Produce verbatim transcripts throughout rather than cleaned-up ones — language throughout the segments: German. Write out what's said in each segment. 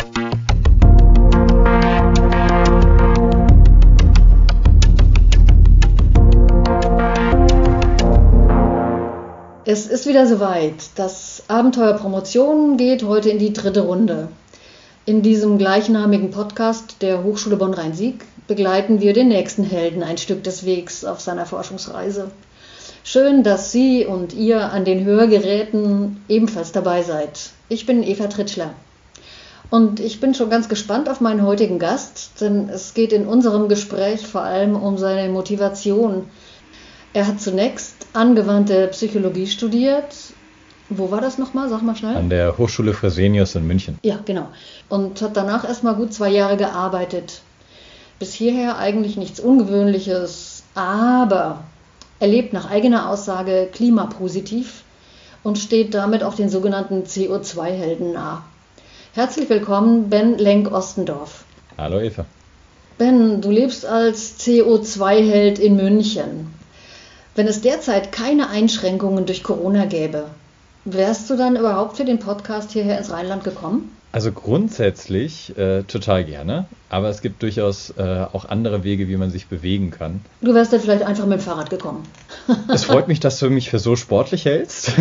Es ist wieder soweit. Das Abenteuer Promotion geht heute in die dritte Runde. In diesem gleichnamigen Podcast der Hochschule Bonn-Rhein-Sieg begleiten wir den nächsten Helden ein Stück des Wegs auf seiner Forschungsreise. Schön, dass Sie und ihr an den Hörgeräten ebenfalls dabei seid. Ich bin Eva Tritschler. Und ich bin schon ganz gespannt auf meinen heutigen Gast, denn es geht in unserem Gespräch vor allem um seine Motivation. Er hat zunächst angewandte Psychologie studiert. Wo war das nochmal? Sag mal schnell. An der Hochschule Fresenius in München. Ja, genau. Und hat danach erstmal gut zwei Jahre gearbeitet. Bis hierher eigentlich nichts Ungewöhnliches, aber er lebt nach eigener Aussage klimapositiv und steht damit auch den sogenannten C O zwei Helden nah. Herzlich willkommen, Ben Lenk-Ostendorf. Hallo Eva. Ben, du lebst als C O zwei Held in München. Wenn es derzeit keine Einschränkungen durch Corona gäbe, wärst du dann überhaupt für den Podcast hierher ins Rheinland gekommen? Also grundsätzlich äh, total gerne, aber es gibt durchaus äh, auch andere Wege, wie man sich bewegen kann. Du wärst dann vielleicht einfach mit dem Fahrrad gekommen. Es freut mich, dass du mich für so sportlich hältst,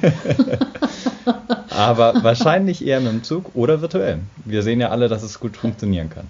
aber wahrscheinlich eher mit dem Zug oder virtuell. Wir sehen ja alle, dass es gut funktionieren kann.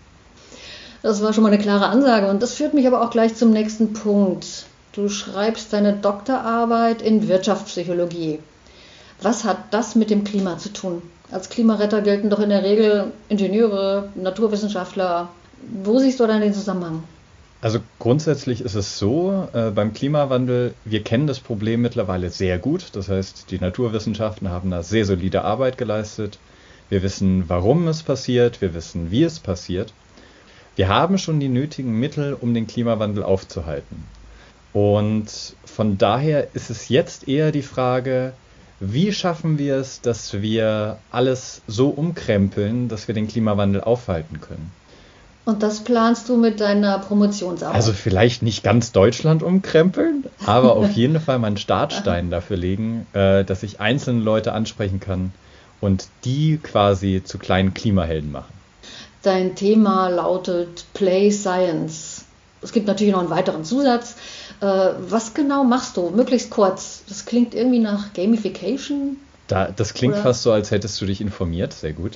Das war schon mal eine klare Ansage und das führt mich aber auch gleich zum nächsten Punkt. Du schreibst deine Doktorarbeit in Wirtschaftspsychologie. Was hat das mit dem Klima zu tun? Als Klimaretter gelten doch in der Regel Ingenieure, Naturwissenschaftler. Wo siehst du dann den Zusammenhang? Also grundsätzlich ist es so, äh, beim Klimawandel, wir kennen das Problem mittlerweile sehr gut. Das heißt, die Naturwissenschaften haben da sehr solide Arbeit geleistet. Wir wissen, warum es passiert, wir wissen, wie es passiert. Wir haben schon die nötigen Mittel, um den Klimawandel aufzuhalten. Und von daher ist es jetzt eher die Frage, wie schaffen wir es, dass wir alles so umkrempeln, dass wir den Klimawandel aufhalten können? Und das planst du mit deiner Promotionsarbeit? Also vielleicht nicht ganz Deutschland umkrempeln, aber auf jeden Fall mal einen Startstein dafür legen, äh, dass ich einzelne Leute ansprechen kann und die quasi zu kleinen Klimahelden machen. Dein Thema lautet Play Science. Es gibt natürlich noch einen weiteren Zusatz. Was genau machst du? Möglichst kurz. Das klingt irgendwie nach Gamification. Da, das klingt oder? Fast so, als hättest du dich informiert. Sehr gut.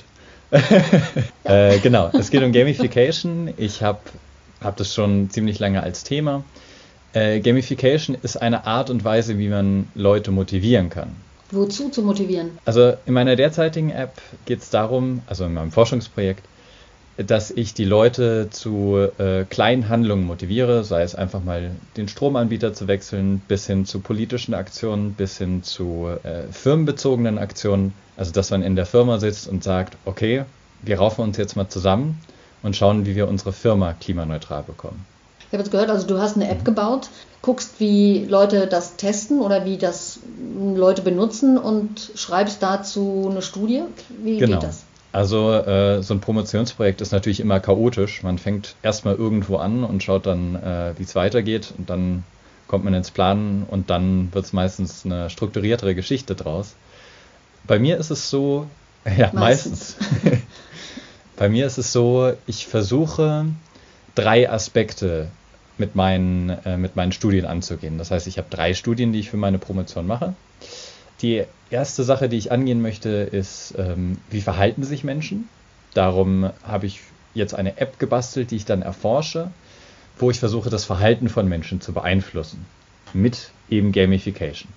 Ja. äh, genau, es geht um Gamification. Ich habe hab das schon ziemlich lange als Thema. Äh, Gamification ist eine Art und Weise, wie man Leute motivieren kann. Wozu zu motivieren? Also in meiner derzeitigen App geht es darum, also in meinem Forschungsprojekt, dass ich die Leute zu äh, kleinen Handlungen motiviere, sei es einfach mal den Stromanbieter zu wechseln, bis hin zu politischen Aktionen, bis hin zu äh, firmenbezogenen Aktionen. Also dass man in der Firma sitzt und sagt, okay, wir raufen uns jetzt mal zusammen und schauen, wie wir unsere Firma klimaneutral bekommen. Ich habe jetzt gehört, also du hast eine App mhm. gebaut, guckst, wie Leute das testen oder wie das Leute benutzen und schreibst dazu eine Studie. Wie genau. geht das? Also äh, so ein Promotionsprojekt ist natürlich immer chaotisch. Man fängt erstmal irgendwo an und schaut dann, äh, wie es weitergeht und dann kommt man ins Planen und dann wird es meistens eine strukturiertere Geschichte draus. Bei mir ist es so, ja meistens, meistens. Bei mir ist es so, ich versuche drei Aspekte mit meinen, äh, mit meinen Studien anzugehen. Das heißt, ich habe drei Studien, die ich für meine Promotion mache. Die erste Sache, die ich angehen möchte, ist, ähm, wie verhalten sich Menschen? Darum habe ich jetzt eine App gebastelt, die ich dann erforsche, wo ich versuche, das Verhalten von Menschen zu beeinflussen. Mit eben Gamification.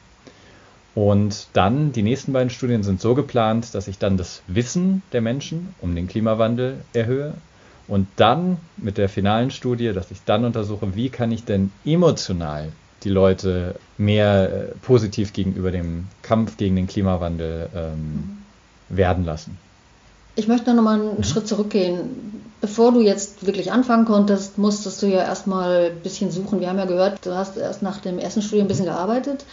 Und dann, die nächsten beiden Studien sind so geplant, dass ich dann das Wissen der Menschen um den Klimawandel erhöhe. Und dann mit der finalen Studie, dass ich dann untersuche, wie kann ich denn emotional die Leute mehr äh, positiv gegenüber dem Kampf gegen den Klimawandel ähm, werden lassen. Ich möchte noch mal einen mhm. Schritt zurückgehen. Bevor du jetzt wirklich anfangen konntest, musstest du ja erstmal ein bisschen suchen. Wir haben ja gehört, du hast erst nach dem ersten Studium ein bisschen gearbeitet.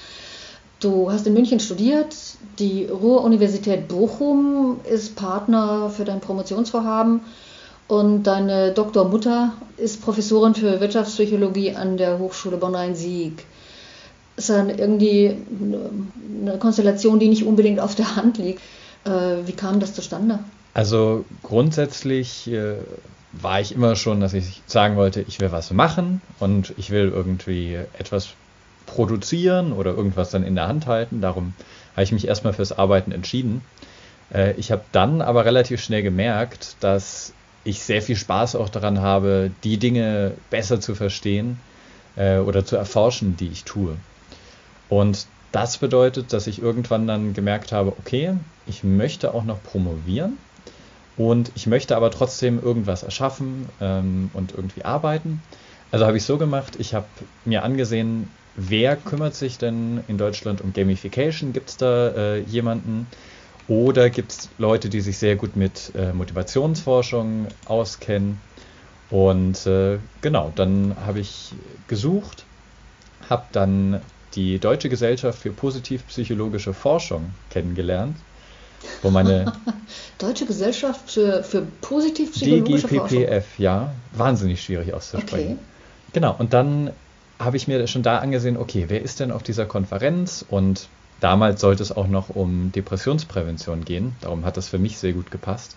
Du hast in München studiert. Die Ruhr-Universität Bochum ist Partner für dein Promotionsvorhaben. Und deine Doktormutter ist Professorin für Wirtschaftspsychologie an der Hochschule Bonn-Rhein-Sieg. Ist dann irgendwie eine Konstellation, die nicht unbedingt auf der Hand liegt. Wie kam das zustande? Also grundsätzlich äh, war ich immer schon, dass ich sagen wollte, ich will was machen und ich will irgendwie etwas produzieren oder irgendwas dann in der Hand halten. Darum habe ich mich erstmal fürs Arbeiten entschieden. Äh, ich habe dann aber relativ schnell gemerkt, dass ich sehr viel Spaß auch daran habe, die Dinge besser zu verstehen äh, oder zu erforschen, die ich tue. Und das bedeutet, dass ich irgendwann dann gemerkt habe, okay, ich möchte auch noch promovieren und ich möchte aber trotzdem irgendwas erschaffen ähm, und irgendwie arbeiten. Also habe ich so gemacht, ich habe mir angesehen, wer kümmert sich denn in Deutschland um Gamification? Gibt es da äh, jemanden? Oder gibt es Leute, die sich sehr gut mit äh, Motivationsforschung auskennen? Und äh, genau, dann habe ich gesucht, habe dann die Deutsche Gesellschaft für positiv-psychologische Forschung kennengelernt, wo meine Deutsche Gesellschaft für, für positiv-psychologische Forschung. D G P P F, ja, wahnsinnig schwierig auszusprechen. Okay. Genau, und dann habe ich mir schon da angesehen, okay, wer ist denn auf dieser Konferenz? Und damals sollte es auch noch um Depressionsprävention gehen, darum hat das für mich sehr gut gepasst.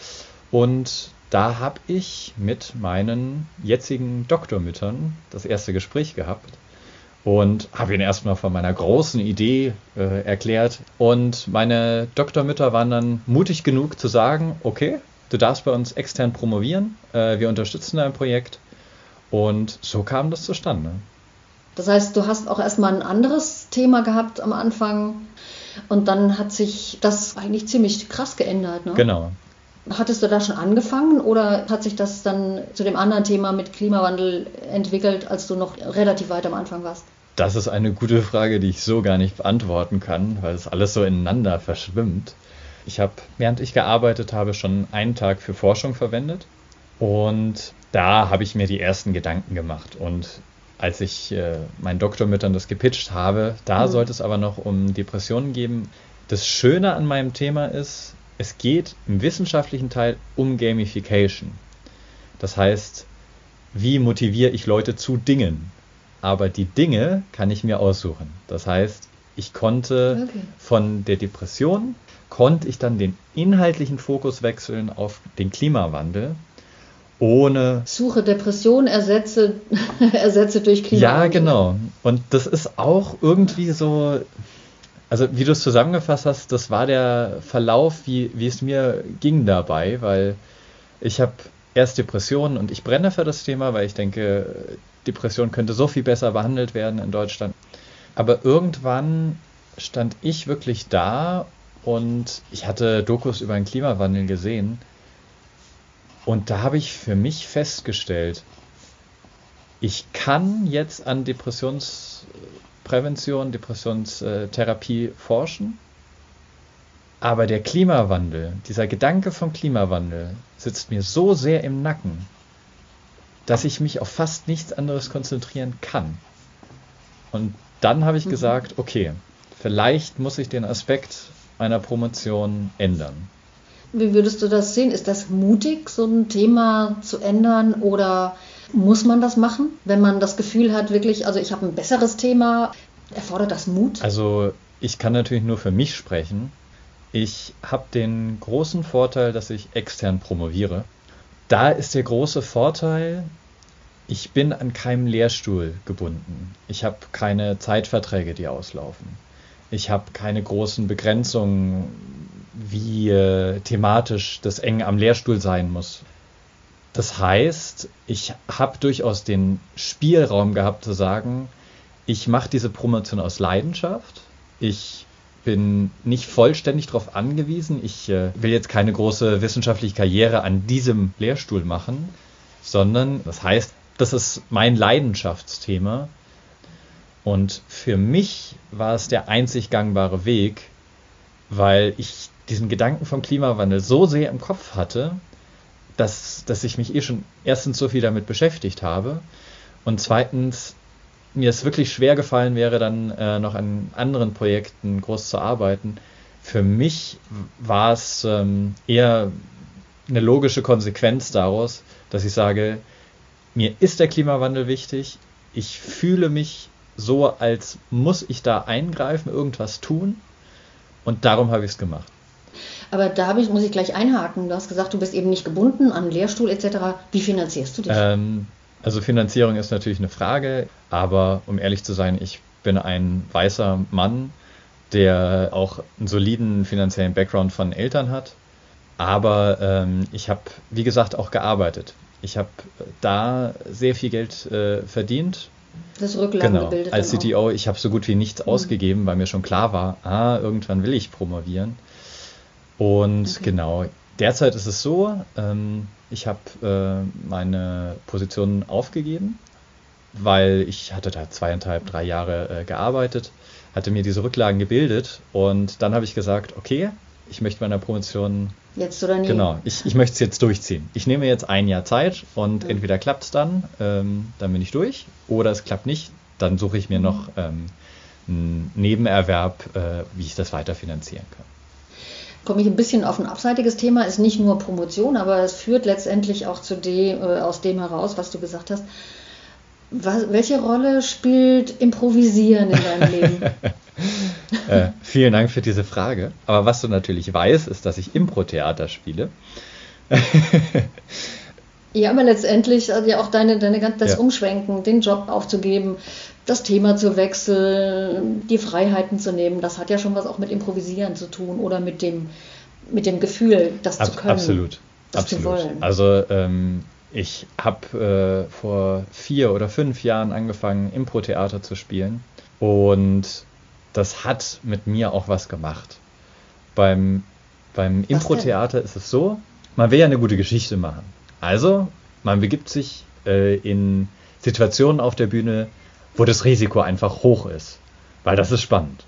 Und da habe ich mit meinen jetzigen Doktormüttern das erste Gespräch gehabt und habe ihnen erstmal von meiner großen Idee äh, erklärt. Und meine Doktormütter waren dann mutig genug zu sagen, okay, du darfst bei uns extern promovieren, äh, wir unterstützen dein Projekt. Und so kam das zustande. Das heißt, du hast auch erstmal ein anderes Thema gehabt am Anfang und dann hat sich das eigentlich ziemlich krass geändert, ne? Genau. Hattest du da schon angefangen oder hat sich das dann zu dem anderen Thema mit Klimawandel entwickelt, als du noch relativ weit am Anfang warst? Das ist eine gute Frage, die ich so gar nicht beantworten kann, weil es alles so ineinander verschwimmt. Ich habe, während ich gearbeitet habe, schon einen Tag für Forschung verwendet und da habe ich mir die ersten Gedanken gemacht. Und als ich äh, meinen Doktormüttern das gepitcht habe, da mhm. sollte es aber noch um Depressionen gehen. Das Schöne an meinem Thema ist, es geht im wissenschaftlichen Teil um Gamification. Das heißt, wie motiviere ich Leute zu Dingen? Aber die Dinge kann ich mir aussuchen. Das heißt, ich konnte okay. von der Depression, konnte ich dann den inhaltlichen Fokus wechseln auf den Klimawandel. Ohne Suche Depression, ersetze, ersetze durch Klimawandel. Ja, genau. Und das ist auch irgendwie so, also wie du es zusammengefasst hast, das war der Verlauf, wie, wie es mir ging dabei, weil ich habe erst Depressionen und ich brenne für das Thema, weil ich denke, Depression könnte so viel besser behandelt werden in Deutschland. Aber irgendwann stand ich wirklich da und ich hatte Dokus über den Klimawandel gesehen. Und da habe ich für mich festgestellt, ich kann jetzt an Depressionsprävention, Depressionstherapie forschen, aber der Klimawandel, dieser Gedanke vom Klimawandel sitzt mir so sehr im Nacken, dass ich mich auf fast nichts anderes konzentrieren kann. Und dann habe ich mhm. gesagt, okay, vielleicht muss ich den Aspekt meiner Promotion ändern. Wie würdest du das sehen? Ist das mutig, so ein Thema zu ändern oder muss man das machen, wenn man das Gefühl hat, wirklich, also ich habe ein besseres Thema, erfordert das Mut? Also ich kann natürlich nur für mich sprechen. Ich habe den großen Vorteil, dass ich extern promoviere. Da ist der große Vorteil, ich bin an keinem Lehrstuhl gebunden. Ich habe keine Zeitverträge, die auslaufen. Ich habe keine großen Begrenzungen, wie äh, thematisch das eng am Lehrstuhl sein muss. Das heißt, ich habe durchaus den Spielraum gehabt zu sagen, ich mache diese Promotion aus Leidenschaft. Ich bin nicht vollständig darauf angewiesen. Ich äh, will jetzt keine große wissenschaftliche Karriere an diesem Lehrstuhl machen, sondern das heißt, das ist mein Leidenschaftsthema. Und für mich war es der einzig gangbare Weg, weil ich diesen Gedanken vom Klimawandel so sehr im Kopf hatte, dass, dass ich mich eh schon erstens so viel damit beschäftigt habe und zweitens mir es wirklich schwer gefallen wäre, dann äh, noch an anderen Projekten groß zu arbeiten. Für mich war es ähm, eher eine logische Konsequenz daraus, dass ich sage, mir ist der Klimawandel wichtig, ich fühle mich so, als muss ich da eingreifen, irgendwas tun und darum habe ich es gemacht. Aber da habe ich, muss ich gleich einhaken. Du hast gesagt, du bist eben nicht gebunden an Lehrstuhl et cetera. Wie finanzierst du dich? Ähm, also Finanzierung ist natürlich eine Frage, aber um ehrlich zu sein, ich bin ein weißer Mann, der auch einen soliden finanziellen Background von Eltern hat. Aber ähm, ich habe, wie gesagt, auch gearbeitet. Ich habe da sehr viel Geld äh, verdient. Das Rücklagen Genau, gebildet. als dann C T O, ich habe so gut wie nichts Mhm. ausgegeben, weil mir schon klar war, ah, irgendwann will ich promovieren. Und Okay. genau, derzeit ist es so, ähm, ich habe äh, meine Position aufgegeben, weil ich hatte da zweieinhalb, drei Jahre äh, gearbeitet, hatte mir diese Rücklagen gebildet und dann habe ich gesagt, okay, ich möchte meiner Promotion, Jetzt oder nie? genau, ich, ich möchte es jetzt durchziehen. Ich nehme jetzt ein Jahr Zeit und Mhm. entweder klappt es dann, ähm, dann bin ich durch, oder es klappt nicht, dann suche ich mir noch ähm, einen Nebenerwerb, äh, wie ich das weiter finanzieren kann. Komme ich ein bisschen auf ein abseitiges Thema, ist nicht nur Promotion, aber es führt letztendlich auch zu dem, äh, aus dem heraus, was du gesagt hast. Was, welche Rolle spielt Improvisieren in deinem Leben? Äh, vielen Dank für diese Frage. Aber was du natürlich weißt, ist, dass ich Impro-Theater spiele. Ja, aber letztendlich also ja auch deine, deine, gan- das Ja. Umschwenken, den Job aufzugeben, das Thema zu wechseln, die Freiheiten zu nehmen, das hat ja schon was auch mit Improvisieren zu tun oder mit dem, mit dem Gefühl, das Ab, zu können. absolut. das absolut. zu wollen. Also ähm, ich habe äh, vor vier oder fünf Jahren angefangen, Impro-Theater zu spielen. Und das hat mit mir auch was gemacht. Beim, beim denn? Impro-Theater ist es so, man will ja eine gute Geschichte machen. Also, man begibt sich äh, in Situationen auf der Bühne, wo das Risiko einfach hoch ist, weil das ist spannend.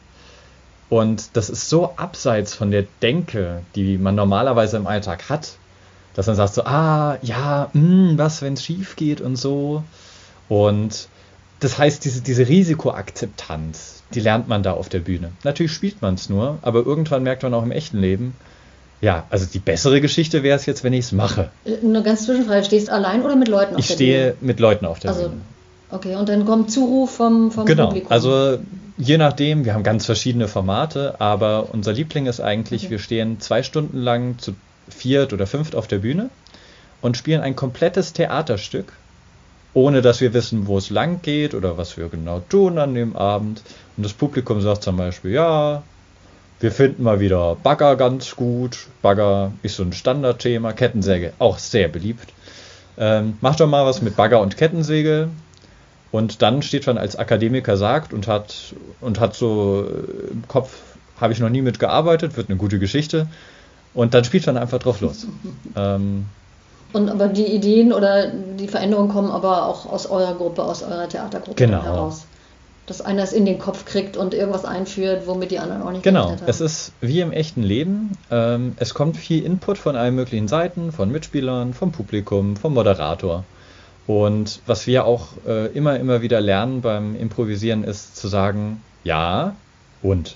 Und das ist so abseits von der Denke, die man normalerweise im Alltag hat, dass man sagt so, ah, ja, mh, was, wenn es schief geht und so. Und das heißt, diese, diese Risikoakzeptanz, die lernt man da auf der Bühne. Natürlich spielt man es nur, aber irgendwann merkt man auch im echten Leben, ja, also die bessere Geschichte wäre es jetzt, wenn ich es mache. Eine ganz Zwischenfrage, stehst du allein oder mit Leuten auf Ich der stehe Bühne? mit Leuten auf der Also, Bühne. okay, und dann kommt Zuruf vom, vom Genau, Publikum. also je nachdem, wir haben ganz verschiedene Formate, aber unser Liebling ist eigentlich, Okay. wir stehen zwei Stunden lang zu viert oder fünft auf der Bühne und spielen ein komplettes Theaterstück, ohne dass wir wissen, wo es lang geht oder was wir genau tun an dem Abend. Und das Publikum sagt zum Beispiel, ja, wir finden mal wieder Bagger ganz gut. Bagger ist so ein Standardthema, Kettensäge auch sehr beliebt. Ähm, mach doch mal was mit Bagger und Kettensäge. Und dann steht man als Akademiker sagt und hat und hat so äh, im Kopf, habe ich noch nie mitgearbeitet, wird eine gute Geschichte. Und dann spielt man einfach drauf los. ähm, Und aber die Ideen oder die Veränderungen kommen aber auch aus eurer Gruppe, aus eurer Theatergruppe Genau. dann heraus. Dass einer es in den Kopf kriegt und irgendwas einführt, womit die anderen auch nicht Genau, gerechnet haben. es ist wie im echten Leben. Ähm, es kommt viel Input von allen möglichen Seiten, von Mitspielern, vom Publikum, vom Moderator. Und was wir auch äh, immer, immer wieder lernen beim Improvisieren ist zu sagen, ja und.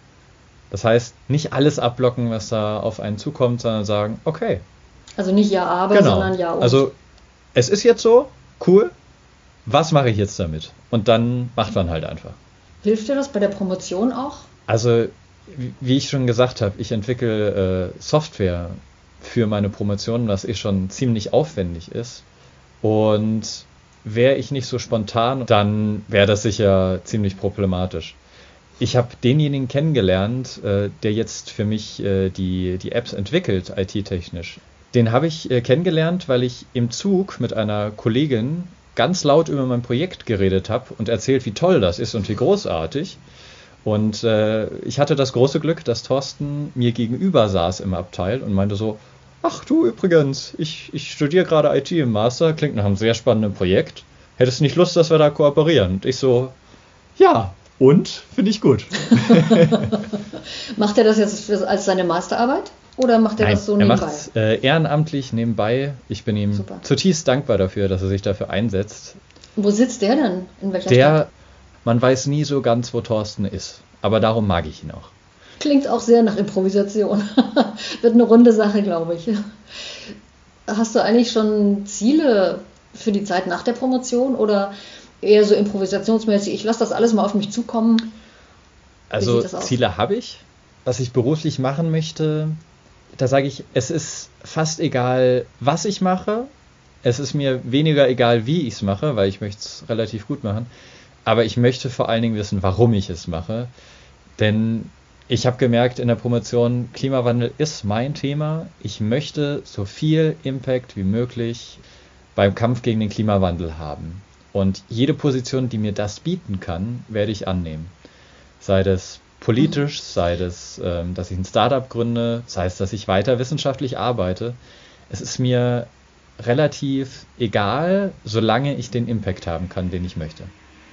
Das heißt, nicht alles abblocken, was da auf einen zukommt, sondern sagen, okay, Also nicht ja, aber, genau. sondern ja und. Also es ist jetzt so, cool, was mache ich jetzt damit? Und dann macht man halt einfach. Hilft dir das bei der Promotion auch? Also, wie- wie ich schon gesagt habe, ich entwickle äh, Software für meine Promotion, was eh schon ziemlich aufwendig ist. Und wäre ich nicht so spontan, dann wäre das sicher ziemlich problematisch. Ich habe denjenigen kennengelernt, äh, der jetzt für mich äh, die, die Apps entwickelt, I T-technisch. Den habe ich äh, kennengelernt, weil ich im Zug mit einer Kollegin ganz laut über mein Projekt geredet habe und erzählt, wie toll das ist und wie großartig. Und äh, ich hatte das große Glück, dass Thorsten mir gegenüber saß im Abteil und meinte so, ach du übrigens, ich, ich studiere gerade I T im Master, klingt nach einem sehr spannenden Projekt. Hättest du nicht Lust, dass wir da kooperieren? Und ich so, ja, und? Finde ich gut. Macht er das jetzt für, als seine Masterarbeit oder macht er Nein, das so er nebenbei? macht es äh, ehrenamtlich nebenbei. Ich bin ihm Super. zutiefst dankbar dafür, dass er sich dafür einsetzt. Wo sitzt der denn? In welcher Der, Stadt? man weiß nie so ganz, wo Thorsten ist. Aber darum mag ich ihn auch. Klingt auch sehr nach Improvisation. Wird eine runde Sache, glaube ich. Hast du eigentlich schon Ziele für die Zeit nach der Promotion oder eher so improvisationsmäßig, ich lasse das alles mal auf mich zukommen? Also sieht das aus? Ziele habe ich. Was ich beruflich machen möchte, da sage ich, es ist fast egal, was ich mache. Es ist mir weniger egal, wie ich es mache, weil ich möchte es relativ gut machen. Aber ich möchte vor allen Dingen wissen, warum ich es mache. Denn ich habe gemerkt in der Promotion, Klimawandel ist mein Thema. Ich möchte so viel Impact wie möglich beim Kampf gegen den Klimawandel haben. Und jede Position, die mir das bieten kann, werde ich annehmen. Sei das politisch, sei das, ähm, dass ich ein Startup gründe, sei es, dass ich weiter wissenschaftlich arbeite. Es ist mir relativ egal, solange ich den Impact haben kann, den ich möchte.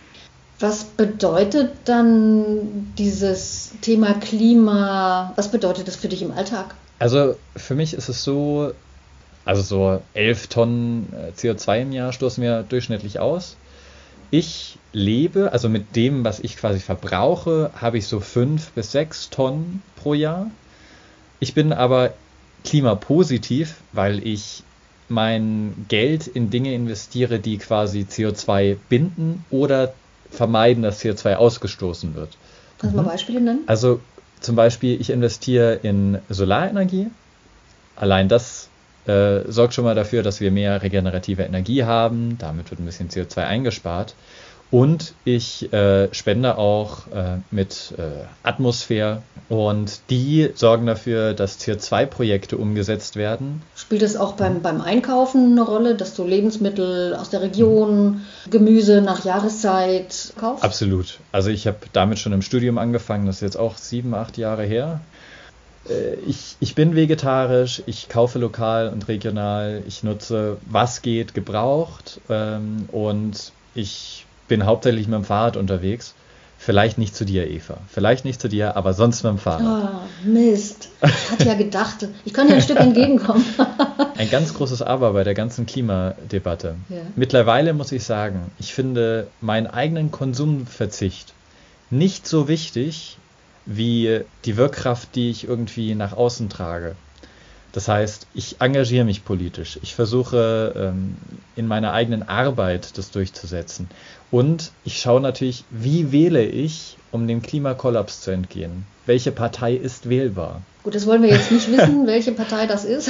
Was bedeutet dann dieses Thema Klima, was bedeutet das für dich im Alltag? Also für mich ist es so, also so elf Tonnen C O zwei im Jahr stoßen wir durchschnittlich aus. Ich lebe, also mit dem, was ich quasi verbrauche, habe ich so fünf bis sechs Tonnen pro Jahr. Ich bin aber klimapositiv, weil ich mein Geld in Dinge investiere, die quasi C O zwei binden oder vermeiden, dass C O zwei ausgestoßen wird. Kannst du mal Beispiele nennen? Also zum Beispiel, ich investiere in Solarenergie. Allein das äh, sorgt schon mal dafür, dass wir mehr regenerative Energie haben. Damit wird ein bisschen C O zwei eingespart. Und ich äh, spende auch äh, mit äh, Atmosphäre und die sorgen dafür, dass C O zwei Projekte umgesetzt werden. Spielt das auch beim, beim Einkaufen eine Rolle, dass du Lebensmittel aus der Region, Gemüse nach Jahreszeit kaufst? Absolut. Also ich habe damit schon im Studium angefangen, das ist jetzt auch sieben, acht Jahre her. Äh, ich, ich bin vegetarisch, ich kaufe lokal und regional, ich nutze, was geht, gebraucht ähm, und ich bin hauptsächlich mit dem Fahrrad unterwegs. Vielleicht nicht zu dir, Eva. Vielleicht nicht zu dir, aber sonst mit dem Fahrrad. Oh, Mist. Ich hatte ja gedacht, ich kann dir ein Stück entgegenkommen. Ein ganz großes Aber bei der ganzen Klimadebatte. Ja. Mittlerweile muss ich sagen, ich finde meinen eigenen Konsumverzicht nicht so wichtig wie die Wirkkraft, die ich irgendwie nach außen trage. Das heißt, ich engagiere mich politisch. Ich versuche ähm, in meiner eigenen Arbeit das durchzusetzen. Und ich schaue natürlich, wie wähle ich, um dem Klimakollaps zu entgehen? Welche Partei ist wählbar? Gut, das wollen wir jetzt nicht wissen, welche Partei das ist.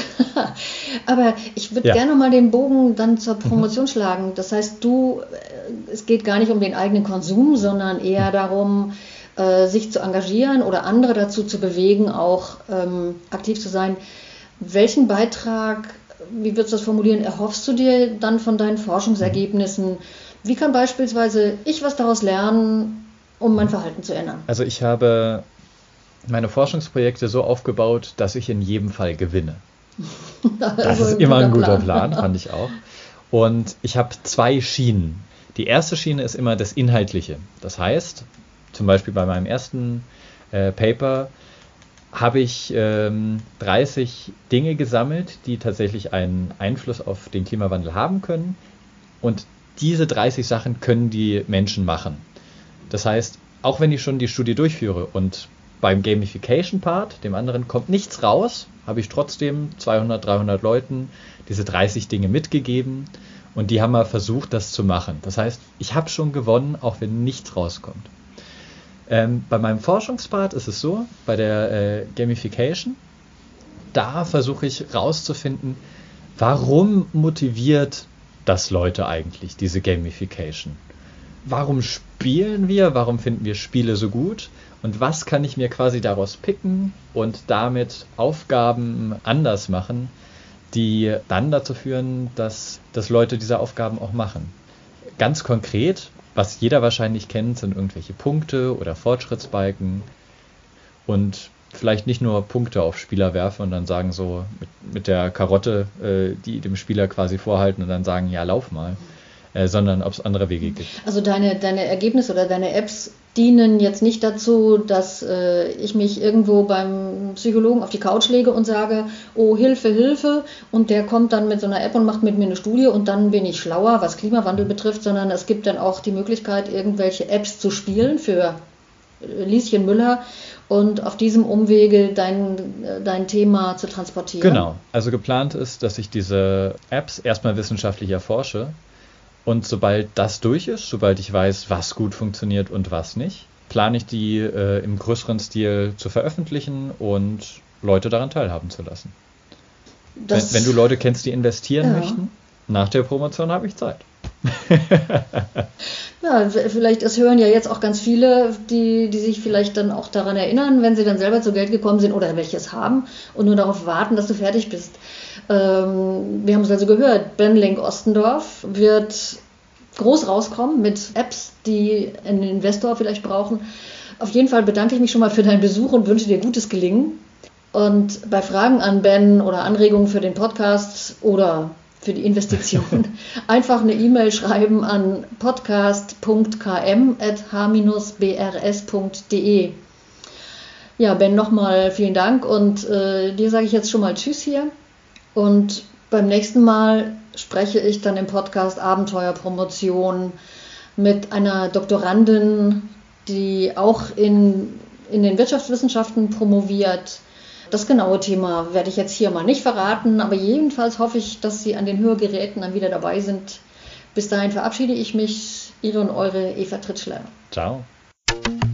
Aber ich würde ja. gerne mal den Bogen dann zur Promotion mhm. schlagen. Das heißt, du, es geht gar nicht um den eigenen Konsum, sondern eher darum, äh, sich zu engagieren oder andere dazu zu bewegen, auch ähm, aktiv zu sein. Welchen Beitrag, wie würdest du das formulieren, erhoffst du dir dann von deinen Forschungsergebnissen? Wie kann beispielsweise ich was daraus lernen, um mein Verhalten zu ändern? Also ich habe meine Forschungsprojekte so aufgebaut, dass ich in jedem Fall gewinne. Das also ist immer ein guter Plan. Plan, fand ich auch. Und ich habe zwei Schienen. Die erste Schiene ist immer das Inhaltliche. Das heißt, zum Beispiel bei meinem ersten äh, Paper habe ich ähm, dreißig Dinge gesammelt, die tatsächlich einen Einfluss auf den Klimawandel haben können. Und diese dreißig Sachen können die Menschen machen. Das heißt, auch wenn ich schon die Studie durchführe und beim Gamification-Part, dem anderen, kommt nichts raus, habe ich trotzdem zweihundert, dreihundert Leuten diese dreißig Dinge mitgegeben und die haben mal versucht, das zu machen. Das heißt, ich habe schon gewonnen, auch wenn nichts rauskommt. Ähm, bei meinem Forschungspart ist es so, bei der äh, Gamification, da versuche ich rauszufinden, warum motiviert das Leute eigentlich, diese Gamification? Warum spielen wir? Warum finden wir Spiele so gut? Und was kann ich mir quasi daraus picken und damit Aufgaben anders machen, die dann dazu führen, dass, dass Leute diese Aufgaben auch machen? Ganz konkret, was jeder wahrscheinlich kennt, sind irgendwelche Punkte oder Fortschrittsbalken und vielleicht nicht nur Punkte auf Spieler werfen und dann sagen so mit, mit der Karotte, äh, die dem Spieler quasi vorhalten und dann sagen, ja, lauf mal, äh, sondern ob es andere Wege gibt. Also deine, deine Ergebnisse oder deine Apps dienen jetzt nicht dazu, dass äh, ich mich irgendwo beim Psychologen auf die Couch lege und sage, oh, Hilfe, Hilfe, und der kommt dann mit so einer App und macht mit mir eine Studie und dann bin ich schlauer, was Klimawandel betrifft, sondern es gibt dann auch die Möglichkeit, irgendwelche Apps zu spielen für Lieschen Müller und auf diesem Umwege dein, dein Thema zu transportieren. Genau, also geplant ist, dass ich diese Apps erstmal wissenschaftlich erforsche und sobald das durch ist, sobald ich weiß, was gut funktioniert und was nicht, plane ich die äh, im größeren Stil zu veröffentlichen und Leute daran teilhaben zu lassen. Das, wenn, wenn du Leute kennst, die investieren ja. möchten, nach der Promotion habe ich Zeit. Ja, vielleicht, es hören ja jetzt auch ganz viele, die, die sich vielleicht dann auch daran erinnern, wenn sie dann selber zu Geld gekommen sind oder welches haben und nur darauf warten, dass du fertig bist. Ähm, wir haben es also gehört, Benlink Ostendorf wird groß rauskommen mit Apps, die einen Investor vielleicht brauchen. Auf jeden Fall bedanke ich mich schon mal für deinen Besuch und wünsche dir gutes Gelingen. Und bei Fragen an Ben oder Anregungen für den Podcast oder für die Investition einfach eine E-Mail schreiben an podcast punkt k m at h b r s punkt d e. Ja, Ben, nochmal vielen Dank und äh, dir sage ich jetzt schon mal Tschüss hier. Und beim nächsten Mal spreche ich dann im Podcast Abenteuerpromotion mit einer Doktorandin, die auch in, in den Wirtschaftswissenschaften promoviert. Das genaue Thema werde ich jetzt hier mal nicht verraten, aber jedenfalls hoffe ich, dass Sie an den Hörgeräten dann wieder dabei sind. Bis dahin verabschiede ich mich, Ihre und eure Eva Tritschler. Ciao.